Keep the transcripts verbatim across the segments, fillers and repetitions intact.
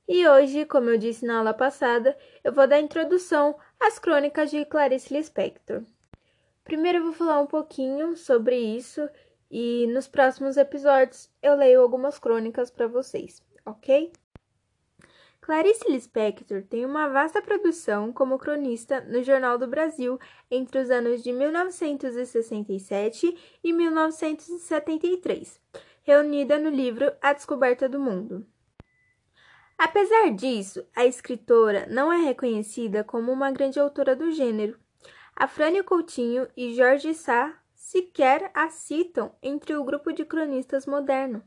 E hoje, como eu disse na aula passada, eu vou dar introdução às crônicas de Clarice Lispector. Primeiro eu vou falar um pouquinho sobre isso e nos próximos episódios eu leio algumas crônicas para vocês, ok? Clarice Lispector tem uma vasta produção como cronista no Jornal do Brasil entre os anos de mil novecentos e sessenta e sete e mil novecentos e setenta e três, reunida no livro A Descoberta do Mundo. Apesar disso, a escritora não é reconhecida como uma grande autora do gênero. Afrânio Coutinho e Jorge Sá sequer a citam entre o grupo de cronistas moderno.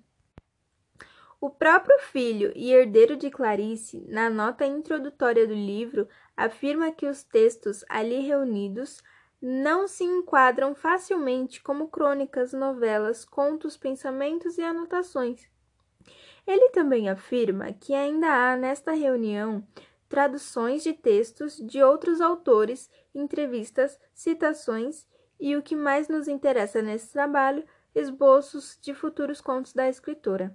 O próprio filho e herdeiro de Clarice, na nota introdutória do livro, afirma que os textos ali reunidos não se enquadram facilmente como crônicas, novelas, contos, pensamentos e anotações. Ele também afirma que ainda há nesta reunião traduções de textos de outros autores, entrevistas, citações e, o que mais nos interessa nesse trabalho, esboços de futuros contos da escritora.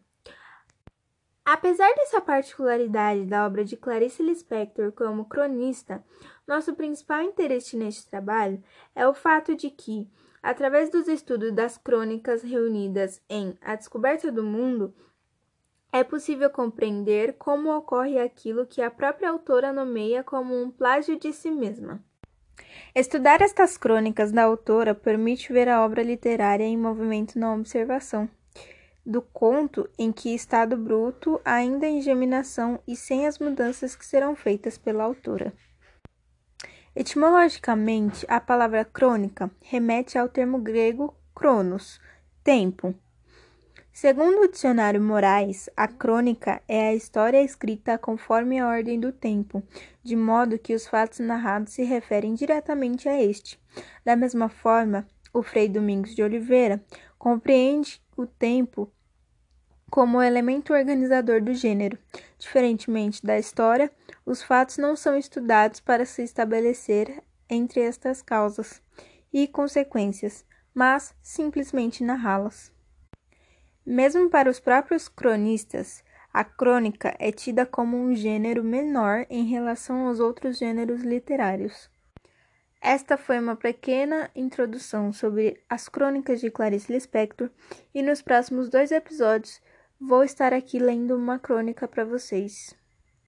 Apesar dessa particularidade da obra de Clarice Lispector como cronista, nosso principal interesse neste trabalho é o fato de que, através dos estudos das crônicas reunidas em A Descoberta do Mundo, é possível compreender como ocorre aquilo que a própria autora nomeia como um plágio de si mesma. Estudar estas crônicas da autora permite ver a obra literária em movimento na observação do conto em que estado bruto, ainda em germinação e sem as mudanças que serão feitas pela autora. Etimologicamente, a palavra crônica remete ao termo grego cronos, tempo. Segundo o dicionário Moraes, a crônica é a história escrita conforme a ordem do tempo, de modo que os fatos narrados se referem diretamente a este. Da mesma forma, o Frei Domingos de Oliveira compreende o tempo como elemento organizador do gênero. Diferentemente da história, os fatos não são estudados para se estabelecer entre estas causas e consequências, mas simplesmente narrá-las. Mesmo para os próprios cronistas, a crônica é tida como um gênero menor em relação aos outros gêneros literários. Esta foi uma pequena introdução sobre as crônicas de Clarice Lispector e nos próximos dois episódios vou estar aqui lendo uma crônica para vocês.